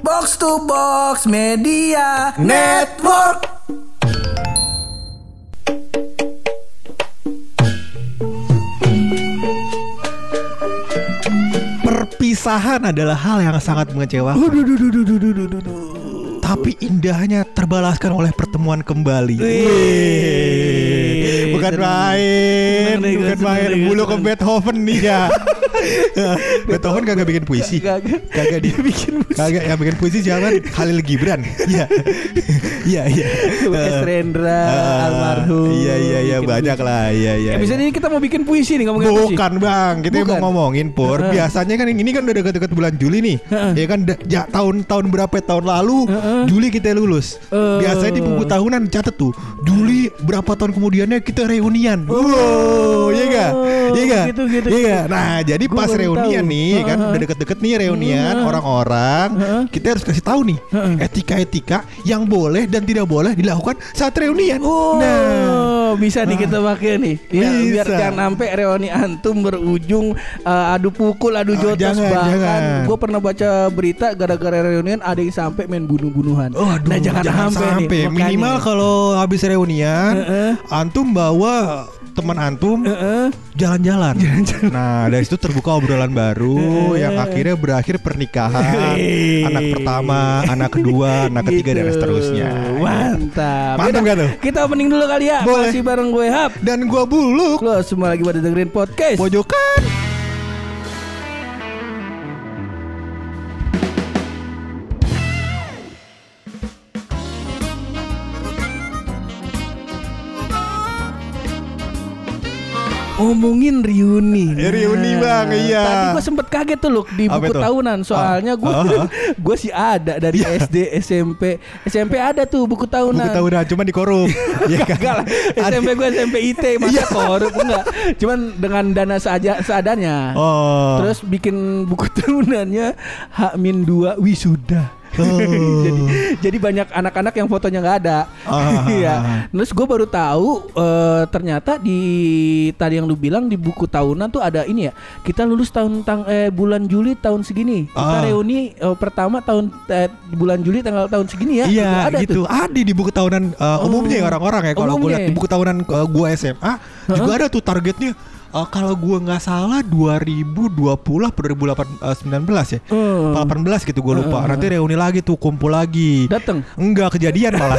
Box to Box Media Network. Perpisahan adalah hal yang sangat mengecewakan. Tapi indahnya terbalaskan oleh pertemuan kembali. Bukan main. Bulu ke Beethoven nih ya. Beethoven kagak bikin puisi. Kagak dia bikin puisi. Kagak yang bikin puisi siapa? Khalil Gibran. Iya. Iya. S. Rendra almarhum. Iya banyak lah. Iya. Bisa ini kita mau bikin puisi nih ngomongin puisi. Bukan Bang, kita mau ngomongin Pur. Biasanya kan ini kan udah dekat-dekat bulan Juli nih. Ya kan tahun berapa tahun lalu Juli kita lulus. Biasanya di buku tahunan catat tuh Juli berapa tahun kemudiannya kita reunian. Wow, iya enggak? Iya enggak? Gitu. Iya. Nah, jadi pas reunian nih kan udah deket-deket nih reunian orang-orang, kita harus kasih tahu nih etika-etika yang boleh dan tidak boleh dilakukan saat reunian. Nah, bisa nih kita pakai nih. Ya, biar jangan sampai reuni antum berujung adu pukul, adu jotos. Bahkan gue pernah baca berita gara-gara reunian ada yang sampai main bunuh-bunuhan. Nah, jangan sampai nih, minimal kalau habis reunian antum bawa teman antum jalan-jalan. Nah, dari situ terbuka obrolan baru yang akhirnya berakhir pernikahan, anak pertama, anak kedua, anak ketiga dan seterusnya. Mantap Gak tuh? Kita opening dulu kali ya. Boleh. Masih bareng gue Hap dan gue Buluk. Lo semua lagi pada dengerin podcast Pojokan. ngomongin reuni. Reuni Bang, iya. Tadi gue sempet kaget tuh loh di buku tahunan. Soalnya gue sih ada dari SD, SMP ada tuh buku tahunan. Buku tahunan cuma dikorup. Ya enggak lah. SMP gue SMP IT masa korup enggak. Cuman dengan dana seadanya. Terus bikin buku tahunannya H-2 wisuda. Jadi banyak anak-anak yang fotonya nggak ada. Iya. Terus gue baru tahu ternyata di tadi yang lu bilang di buku tahunan tuh ada ini ya. Kita lulus bulan Juli tahun segini. Kita reuni pertama bulan Juli tahun segini ya. Iya ada gitu. Tuh. Ada di buku tahunan umumnya ya orang-orang ya. Kalau gue lihat di buku tahunan gue SMA juga ada tuh targetnya. Kalau gue nggak salah 2020 atau 2019 ya, 18 gitu gue lupa. Nanti reuni lagi tuh, kumpul lagi. Dateng? Enggak, kejadian malah.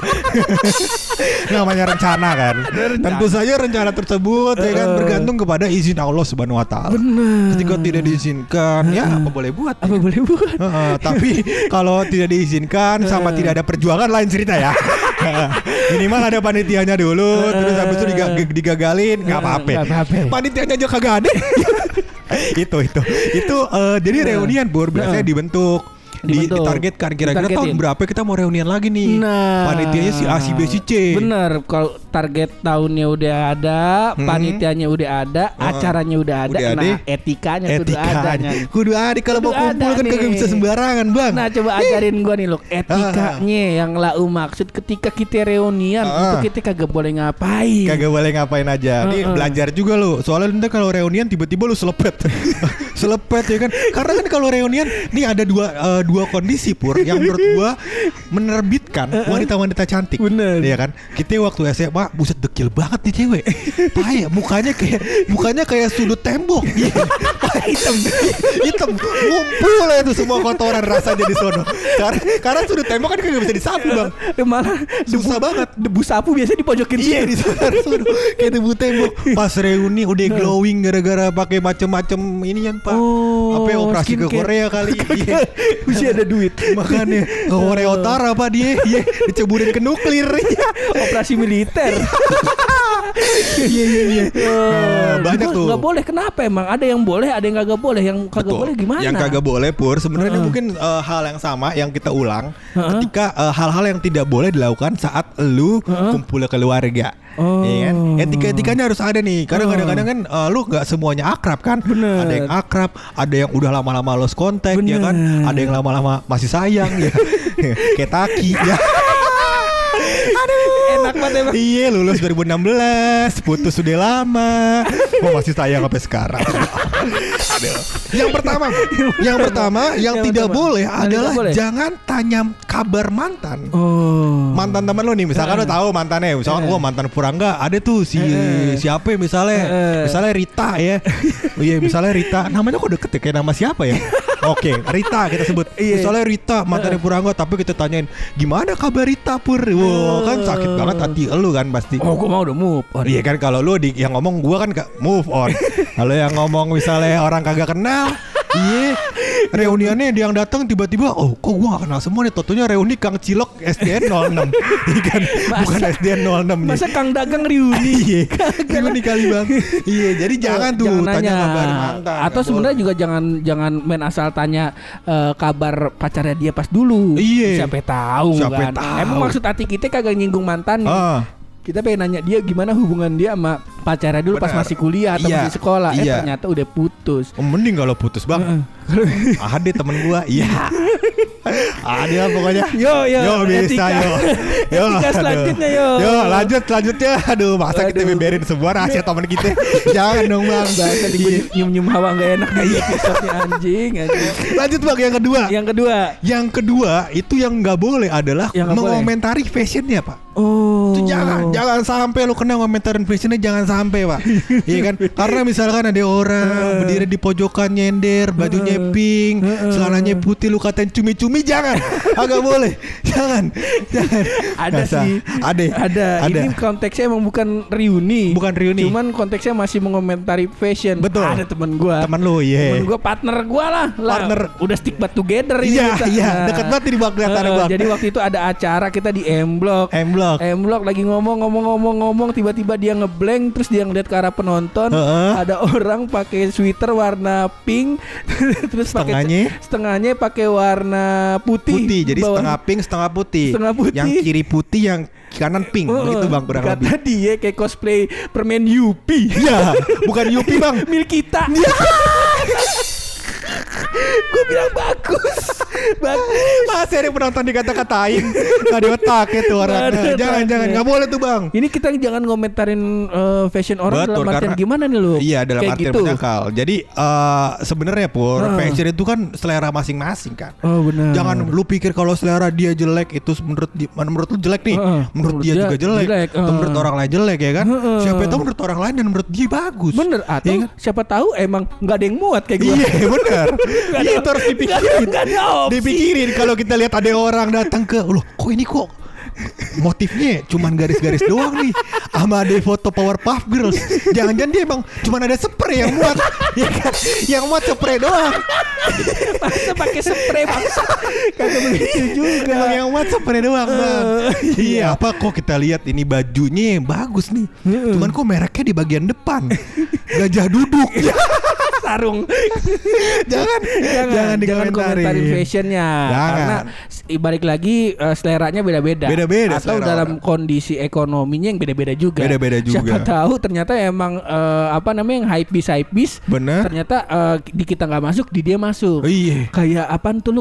Namanya rencana kan. Tentu saja rencana tersebut ya kan bergantung kepada izin Allah Subhanahu Wa Taala. Benar. Ketika tidak diizinkan, ya apa boleh buat. Apa boleh buat. Tapi kalau tidak diizinkan sama tidak ada perjuangan lain cerita ya. Minimal ada panitianya dulu, terus habis itu digagalin, nggak apa-apa. Panitianya aja kagak ada. itu jadi reunian Bur biasanya dibentuk. Ditargetkan kira-kira tahun berapa kita mau reunian lagi nih. Panitianya si A, si B, si C. Bener, kalau target tahunnya udah ada, panitianya udah ada, acaranya udah ada. Nah, etikanya kudu ada. Kudu ada kalau mau kumpul kan kagak bisa sembarangan Bang. Nah, coba ajarin gua nih loh, etikanya yang lau maksud ketika kita reunian itu kita kagak boleh ngapain. Kagak boleh ngapain aja. Nih belajar juga lo. Soalnya nanti kalau reunian tiba-tiba lu selepet. Selepet ya kan. Karena kan kalau reunian nih ada dua kondisi Pur yang menurut gua menerbitkan wanita-wanita cantik. Bener. Ya kan? Kita waktu SMA buset dekil banget nih cewek. Pahaya mukanya kayak sudut tembok. Hitam. Ngumpul ya tuh semua kotoran rasanya di sono. Karena sudut tembok kan kagak bisa disapu Bang. Malah susah banget. Debu sapu biasanya dipojokin situ. Iya di sono. Kayak debu tembok. Pas reuni udah glowing gara-gara pakai macem-macem ini kan Pak. Apa operasi ke Korea kali. Masih ada duit. Makanya ke Korea Utara Pak dia diceburin ke nuklir. Operasi militer. Iya. Banyak tuh. Gak boleh, kenapa emang? Ada yang boleh, ada yang kagak boleh. Yang kagak boleh gimana? Yang kagak boleh Pur sebenarnya mungkin hal yang sama yang kita ulang ketika hal-hal yang tidak boleh dilakukan saat lu kumpul keluarga. Ya kan? Etika-etikanya harus ada nih. Karena kadang-kadang kan lu gak semuanya akrab kan. Bener. Ada yang akrab, ada yang udah lama-lama lost contact. Ya kan. Ada yang lama-lama masih sayang ya. Kayak Taki ya. Enak banget emang. Iya, lulus 2016, putus sudah lama. Masih sayang sampai sekarang. Yang pertama yang tidak boleh adalah jangan tanya kabar mantan. Mantan teman lo nih, misalkan lo tahu mantannya, misalkan gua mantan Purangga, ada tuh siapa misalnya Rita ya. Iya, misalnya Rita, namanya kok deket ya, kayak nama siapa ya? Oke, Rita kita sebut. Misalnya Rita mantannya Purangga, tapi kita tanyain gimana kabar Rita Pur. Wow, kan sakit banget hati lu kan pasti. Oh, gua mau udah move on. Iya kan, kalau lu yang ngomong gua kan move on. Kalau yang ngomong misalnya orang kagak kenal, iya, reuniannya dia yang datang tiba-tiba, oh kok gua gak kenal semua nih, totonya reuni Kang Cilok SDN 06. Iya kan, bukan SDN 06 nih. Masa Kang Dagang reuni? Iya, reuni kali bang. Iya, jadi jangan tuh tanya kabar mantan. Atau sebenarnya juga jangan main asal tanya kabar pacarnya dia pas dulu. Iya. Siapa tahu kan. Emang maksud hati kita kagak nyinggung mantan nih. Kita pengen nanya dia gimana hubungan dia sama pacarnya dulu pas masih kuliah atau masih sekolah. Ternyata udah putus. Mending kalau putus bang. Ada temen gua. Iya. Ada pokoknya. Yo bisa yo. Selanjutnya yo. Lanjutnya. Aduh, masa kita beberin semua rahasia teman kita. Jangan dong bang. Nyium hawa nggak enak kayak episode anjing. Lanjut bang, yang kedua itu yang nggak boleh adalah mengomentari fashionnya pak. Itu jangan sampai lu kena komentarin fashionnya, jangan sampai pak. Iya kan, karena misalkan ada orang berdiri di pojokan nyender, bajunya pink, celananya putih, lu katain cumi-cumi, jangan. Agak boleh, jangan. Ada sih, ada. Ini konteksnya emang bukan reuni. Cuman konteksnya masih mengomentari fashion. Betul. Ada teman gua. Teman lu, iya. Teman gua, partner gua lah. Partner udah stick but together ini. Iya. Dekat banget di bak bang. Jadi waktu itu ada acara kita di M Block lagi ngomong tiba-tiba dia ngeblank, terus dia ngeliat ke arah penonton. Ada orang pakai sweater warna pink terus setengahnya pakai warna putih. Jadi setengah pink setengah putih. Yang kiri putih, yang kanan pink. Begitu bang, kurang lebih. Kata dia kayak cosplay permen Yupi. Iya, bukan Yupi bang, Milkita. Gue bilang bagus. Masih ada penonton dikata-katain. Gak di otak itu orangnya. Jangan gak boleh tuh bang. Ini kita jangan ngomentarin fashion orang. Betul, dalam artian gimana nih lu? Iya, dalam artian gitu. Menyangkal. Jadi sebenarnya Pur, fashion itu kan selera masing-masing kan. Benar. Jangan lu pikir kalau selera dia jelek itu menurut lu jelek nih. Menurut dia juga jelek. Menurut orang lain jelek ya kan. Siapa tahu menurut orang lain dan menurut dia bagus. Bener. Atau ya, siapa tahu emang gak ada yang muat kayak gue. Iya bener. Iya, itu harus dipikirin. Kalau kita lihat ada orang datang ke, loh kok ini kok motifnya cuman garis-garis doang nih, sama ada foto Powerpuff Girls. Jangan-jangan dia emang cuman ada spray yang muat. Ya kan? Yang muat spray doang. Masa pakai spray bangsa. Kagak begitu juga. Emang yang muat spray doang bang. Iya, apa kok kita lihat ini bajunya bagus nih, cuman kok mereknya di bagian depan gajah duduk. Sarung. Jangan komentarin fashionnya. Karena balik lagi seleranya beda-beda. Atau dalam kondisi ekonominya yang beda-beda juga. Siapa tahu ternyata emang yang hype bis. Bener. Ternyata di kita nggak masuk, di dia masuk. Iya. Kayak apaan tuh lu?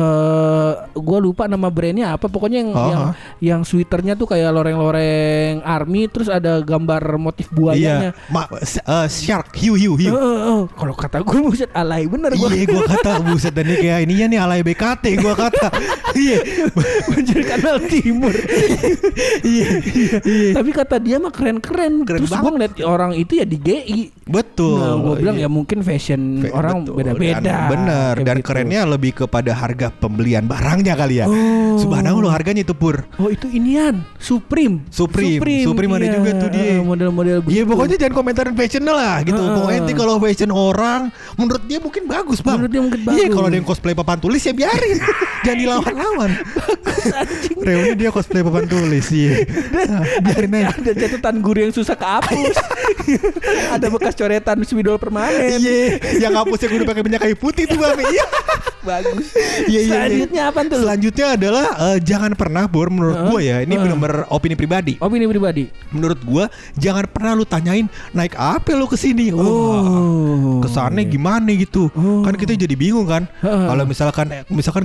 Gue lupa nama brandnya apa. Pokoknya yang sweaternya tuh kayak loreng-loreng army, terus ada gambar motif buayanya. Shark, hiu. Kalau kata gue buset alay bener gue. Iya, gue kata buset, dan ini kayak ininya nih alay BKT gue kata. Iya, Banjir Kanal Timur. Iya. Tapi kata dia mah keren terus gue ngeliat orang itu ya di GI. Betul. Nah, gue bilang ya mungkin fashion orang beda-beda. Bener. Dan gitu. kerennya lebih kepada harga pembelian barangnya kali ya. Subhanallah harganya itu Pur. Itu inian Supreme ada juga tuh dia. Model-model begitu. Iya, pokoknya jangan komentarin fashion lah gitu. Pokoknya nanti kalau fashion orang menurut dia mungkin bagus bang. Iya, kalau ada yang cosplay papan tulis ya biarin. Jangan dilawan-lawan. Bagus anjing. Reuni dia cosplay papan tulis. Iya. Biarin aja. Ada catatan guru yang susah kehapus. Ada bekas coretan spidol permanen. Iya. Yang hapusnya gue udah pakai minyak kayu putih tuh bang. Iya. Bagus. Iya. Selanjutnya apa tuh? Selanjutnya adalah jangan pernah Bor, menurut gue ya. Ini benar-benar opini pribadi. Menurut gue jangan pernah lu tanyain naik apa lu kesini. Kesannya gimana gitu. Kan kita jadi bingung kan. Kalau misalkan kita kondisi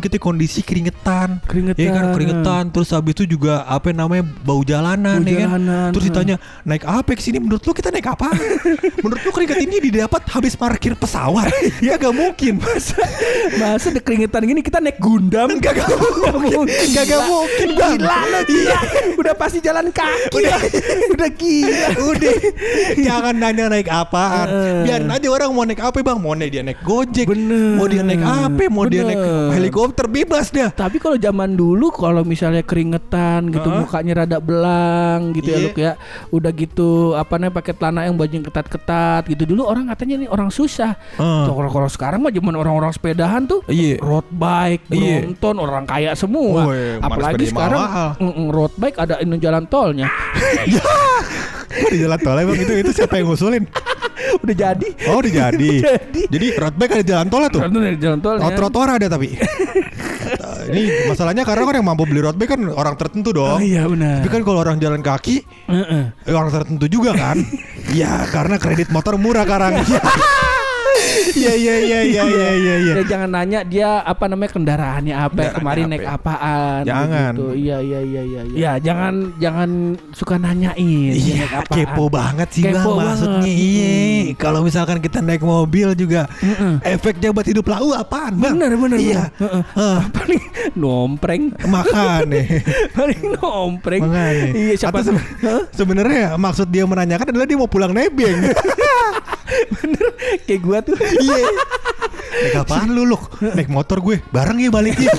kondisi keringetan. Ya kan keringetan. Terus habis itu juga apa namanya bau jalanan ya kan. Terus ditanya naik apa ke sini? Menurut lu kita naik apa? Menurut lu keringet ini didapat habis parkir pesawat? Ya gak mungkin. Masa ada keringetan gini kita naik Gundam? Gak mungkin. Gila. Udah pasti jalan kaki. Udah gila. Udah. Jangan nanya naik apaan. Biarin aja orang mau naik apa bang. Mau dia naik Gojek. Bener. Mau dia naik apa? Mau dia naik helikopter, bebas dah. Tapi kalau zaman dulu kalau misalnya keringetan gitu, mukanya rada belang gitu ya Luk ya. Udah gitu apa namanya pakai celana yang baju ketat-ketat gitu. Dulu orang katanya nih orang susah. Kalau sekarang mah zaman orang-orang sepedahan tuh road bike, Brompton, orang kaya semua. Apalagi sekarang road bike ada ini jalan tolnya. Di jalan tol emang itu siapa yang ngusulin? Udah jadi. Oh udah jadi. Jadi road bike ada jalan tol tuh. Ada jalan tol. Trotoar ada tapi. Ini masalahnya karena kan yang mampu beli road bike kan orang tertentu dong. Oh iya benar. Tapi kan kalau orang jalan kaki orang tertentu juga kan. Ya karena kredit motor murah sekarang. Iya. Ya jangan nanya dia apa namanya kendaraannya apa, kemarin naik apaan. Jangan. Gitu. Iya. Ya jangan suka nanyain. Iya, kepo banget sih bang maksudnya. Iya. Kalau misalkan kita naik mobil juga efeknya buat hidup lau apaan bang? Bener. Iya. Paling nompreng. Makan Paling nompreng. Iya siapa sebenarnya maksud dia menanyakan adalah dia mau pulang nebeng. Bener kayak gua tuh. Iya. Naik apaan lu Luk? Naik motor gue. Bareng ya baliknya.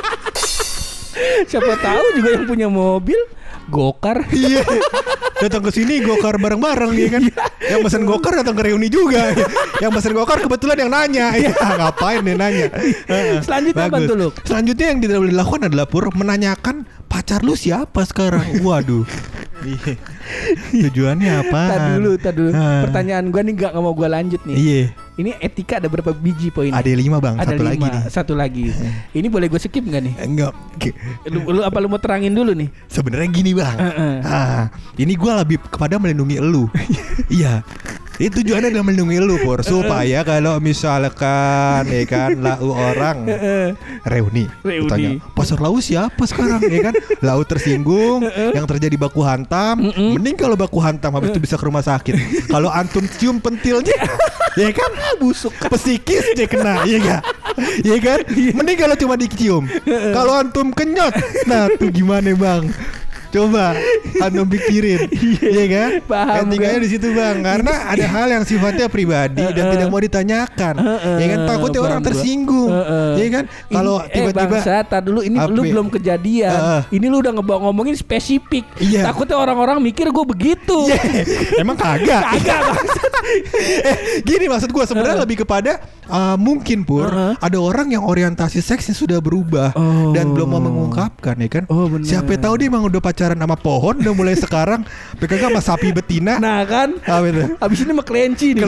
Siapa tahu juga yang punya mobil gokar. Iya. Datang ke sini gokar bareng-bareng ya kan. Yang pesen gokar datang ke reuni juga. Yang pesen gokar kebetulan yang nanya. Ya ngapain dia nanya. Selanjutnya apa tuh Luk? Selanjutnya yang tidak boleh dilakukan adalah menanyakan pacar lu siapa sekarang. Waduh. Tujuannya apa? Tadi dulu. Pertanyaan gue nih gak mau gue lanjut nih. Iya. Ini etika ada berapa biji poinnya? Ada 5 bang. Ada satu 5, lagi nih. Satu lagi. Ini boleh gue skip gak nih? Enggak. Lu mau terangin dulu nih? Sebenarnya gini bang. Ini gue lebih kepada melindungi elu. Iya. Itu tujuannya adalah melindungi lu Pur. Supaya kalau misalkan ya kan lau orang reuni. Tanya, pasar lau siapa sekarang ya kan? Lau tersinggung, yang terjadi baku hantam. Mending kalau baku hantam habis itu bisa ke rumah sakit. Kalau antum cium pentilnya ya kan busuk psikis dia kena, iya gak? Iya kan? Mending kalau cuma dicium. Kalau antum kenyot, nah tuh gimana bang? Coba antum pikirin, iya kan? Paham. Tinggalnya di situ bang, karena ada hal yang sifatnya pribadi dan tidak mau ditanyakan, ya kan? Takutnya orang tersinggung, ya kan? Kalau tiba-tiba, bangsa, dulu ini lu belum kejadian, ini lu udah ngomongin spesifik. Takutnya orang-orang mikir gue begitu. Emang kagak. Gini maksud gue sebenarnya lebih kepada mungkin Pur ada orang yang orientasi seksnya sudah berubah dan belum mau mengungkapkan, ya kan? Siapa tahu dia emang udah pacaran sama pohon udah mulai sekarang PKK sama sapi betina. Nah kan abis ini sama kelinci nih.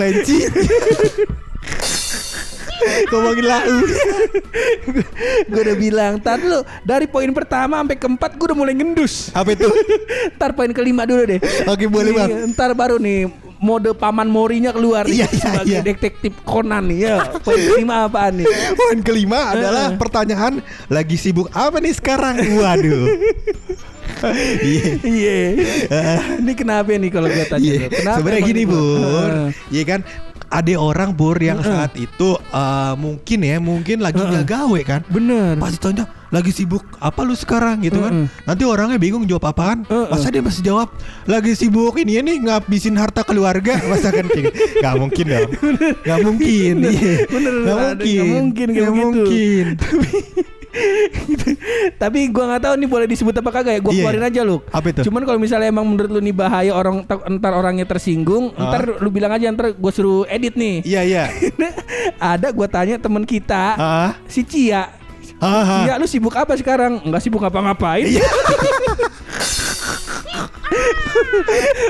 Ngomongin lau. Gue udah bilang tar lu dari poin pertama sampai keempat gue udah mulai ngendus. Apa itu? Ntar poin kelima dulu deh. Oke boleh bang. Ntar baru nih mode paman Morinya keluar sebagai detektif Conan nih ya. Poin kelima apaan nih? Poin kelima adalah pertanyaan lagi sibuk apa nih sekarang? Waduh. Iya. Ini kenapa nih kalau gue tanya? Sebenarnya gini Bur. Iya kan? Ada orang Bur yang saat itu mungkin lagi nggak gawe kan? Bener. Pas ditanya lagi sibuk apa lu sekarang gitu kan? Nanti orangnya bingung jawab apaan? Masa dia masih jawab lagi sibuk ini nih ngabisin harta keluarga? Masa kan nggak mungkin dong? Nggak mungkin. Bener. Nggak mungkin. Tapi gue nggak tahu nih boleh disebut apa kagak ya. Gue keluarin aja lu. Apa itu? Cuman kalau misalnya emang menurut lu nih bahaya ntar orangnya tersinggung, ntar lu bilang aja, ntar gue suruh edit nih. Iya. Ada gue tanya temen kita si Cia. Cia lu sibuk apa sekarang? Enggak sibuk ngapa-ngapain.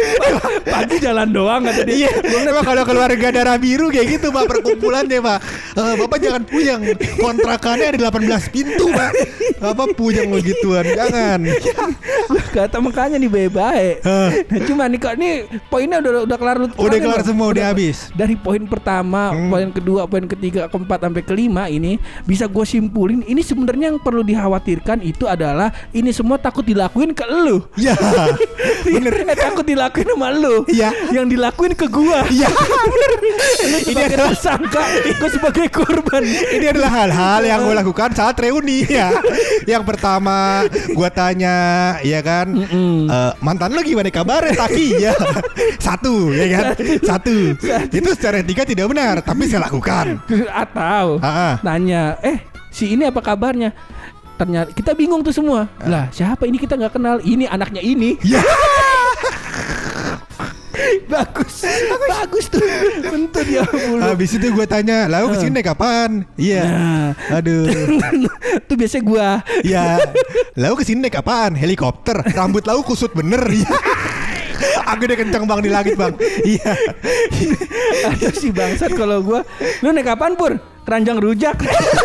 Pagi jalan doang kata dia. Iya. Emang kalau keluarga darah biru kayak gitu Pak perkumpulannya Pak. Bapak jangan puyeng. Kontrakannya ada 18 pintu, Pak. Bapak puyeng begituan, jangan. Kata makanya nih baik-baik. Nah, cuma nih kok nih poinnya udah kelar. Udah kelar semua, udah habis. Dari poin pertama, poin kedua, poin ketiga, keempat sampai kelima ini bisa gue simpulin, ini sebenarnya yang perlu dikhawatirkan itu adalah ini semua takut dilakuin ke elu. Ya. Bener. Takut dilakuin sama elu. Iya. Yang dilakuin ke gua. Iya. Lu sebagai tersangka, gue sebagai korban. Ini adalah hal-hal yang gue lakukan saat reuni ya. Yang pertama gue tanya, ya kan, mantan lu gimana kabarnya Taki ya? Satu, ya kan? Satu. Itu secara etika tidak benar, tapi saya lakukan. Atau nanya, si ini apa kabarnya? Ternyata kita bingung tuh semua. Lah siapa ini, kita nggak kenal. Ini anaknya ini. Ya. Bagus tuh. Bentuk ya mulu. Habis itu gue tanya, lalu kesini kapan? Iya. Aduh. Tuh biasa gue. Iya. Lalu kesini kapan? Helikopter. Rambut lau kusut bener. Iya. Aku udah kencang bang di langit bang. Iya. Aduh si bangsat kalau gue. Lu naik kapan Pur? Keranjang rujak.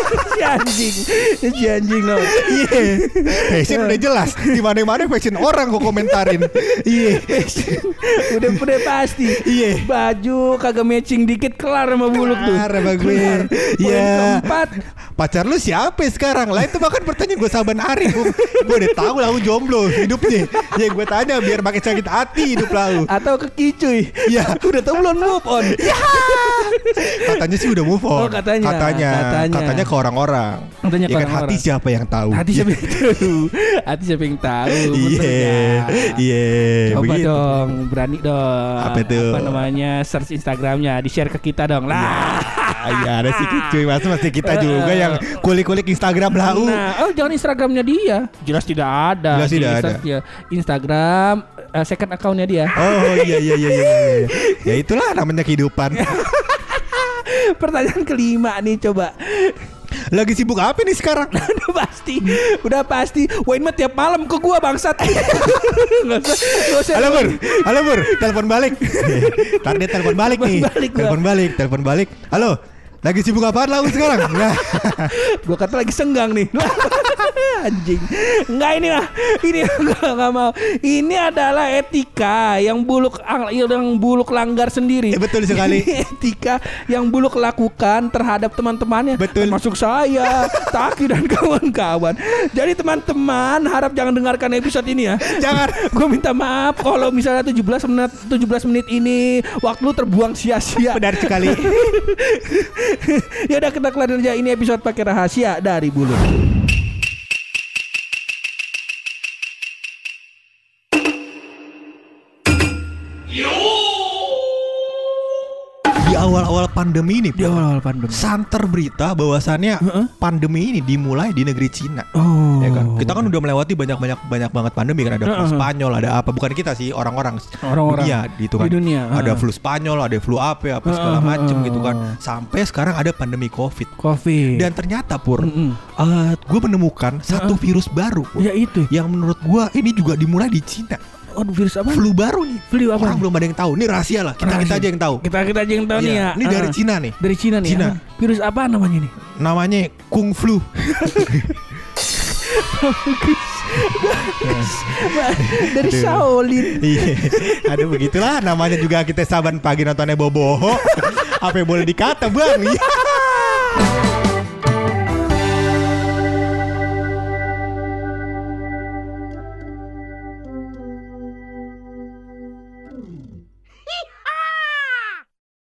Si anjing no. Iya. Fashion udah jelas. Di mana-mana fashion orang kok komentarin. Iya. Udah pasti. Iya. Baju kagak matching dikit kelar sama buluk tuh. Kelar sama gue. Iya. Keempat. Pacar lu siapa sekarang? Lah itu bahkan pertanyaan gue saban hari. Gue udah tahu lah jomblo hidupnya. Ya gue tanya biar makin sakit hati hidup lau. Atau kekicuy. Iya. Udah tahu belum move on. Ya. Katanya sih udah move on. Oh katanya ke orang-orang. Katanya ya kan hati siapa yang tahu? Hati siapa yang tahu? Hati siapa yang tahu? Iya. Coba dong, berani dong. Apa tuh? Apa namanya? Search Instagramnya, di share ke kita dong. Lah. Ya ada sih cuy, masih kita juga yang kulik-kulik Instagram lau. Nah, jangan Instagramnya dia. Jelas tidak ada. Jelas tidak ada. Instagram second accountnya dia. Oh iya. Ya itulah namanya kehidupan. Pertanyaan kelima nih coba. Lagi sibuk apa nih sekarang? Udah pasti. Wayne mah tiap malam ke gua bangsat. Nggak usah. Halo Bur, telepon balik. Ntar dia telepon balik nih. Telepon balik. Halo, lagi sibuk apaan lau sekarang? Nah. Gua kata lagi senggang nih. Anjing. Enggak ini enggak mau. Ini adalah etika yang buluk langgar sendiri. Betul sekali. Ini etika yang buluk lakukan terhadap teman-temannya. Betul. Termasuk saya, Taki dan kawan-kawan. Jadi teman-teman harap jangan dengarkan episode ini ya. Jangan. Gue minta maaf kalau misalnya 17 menit ini waktu lu terbuang sia-sia. Benar sekali. Ya udah kita kelar aja ini episode pakai rahasia dari Buluk. Di awal-awal pandemi ini, di awal-awal pandemi, santer berita bahwasannya pandemi ini dimulai di negeri Cina. Oh, ya kan? Kita kan udah melewati banyak banget pandemi kan, ada flu Spanyol, ada apa? Bukan kita sih, orang-orang dunia gitu kan. Di dunia. Ada flu Spanyol, ada flu apa segala macem gitu kan. Sampai sekarang ada pandemi COVID. Dan ternyata Pur, gue menemukan satu virus baru, Pur, ya itu, yang menurut gue ini juga dimulai di Cina. Oh, virus apa? Flu baru nih. Flu apa? Orang belum ada yang tahu. Ini rahasia lah. Kita aja yang tahu. Kita aja yang tahu nih ya. Ini dari Cina nih. Dari Cina nih. Cina. Virus apa namanya nih? Namanya Kung Flu. Dari Shaolin. Iya. Aduh begitulah namanya juga kita saban pagi nontonnya boboho. Apa yang boleh dikata bang?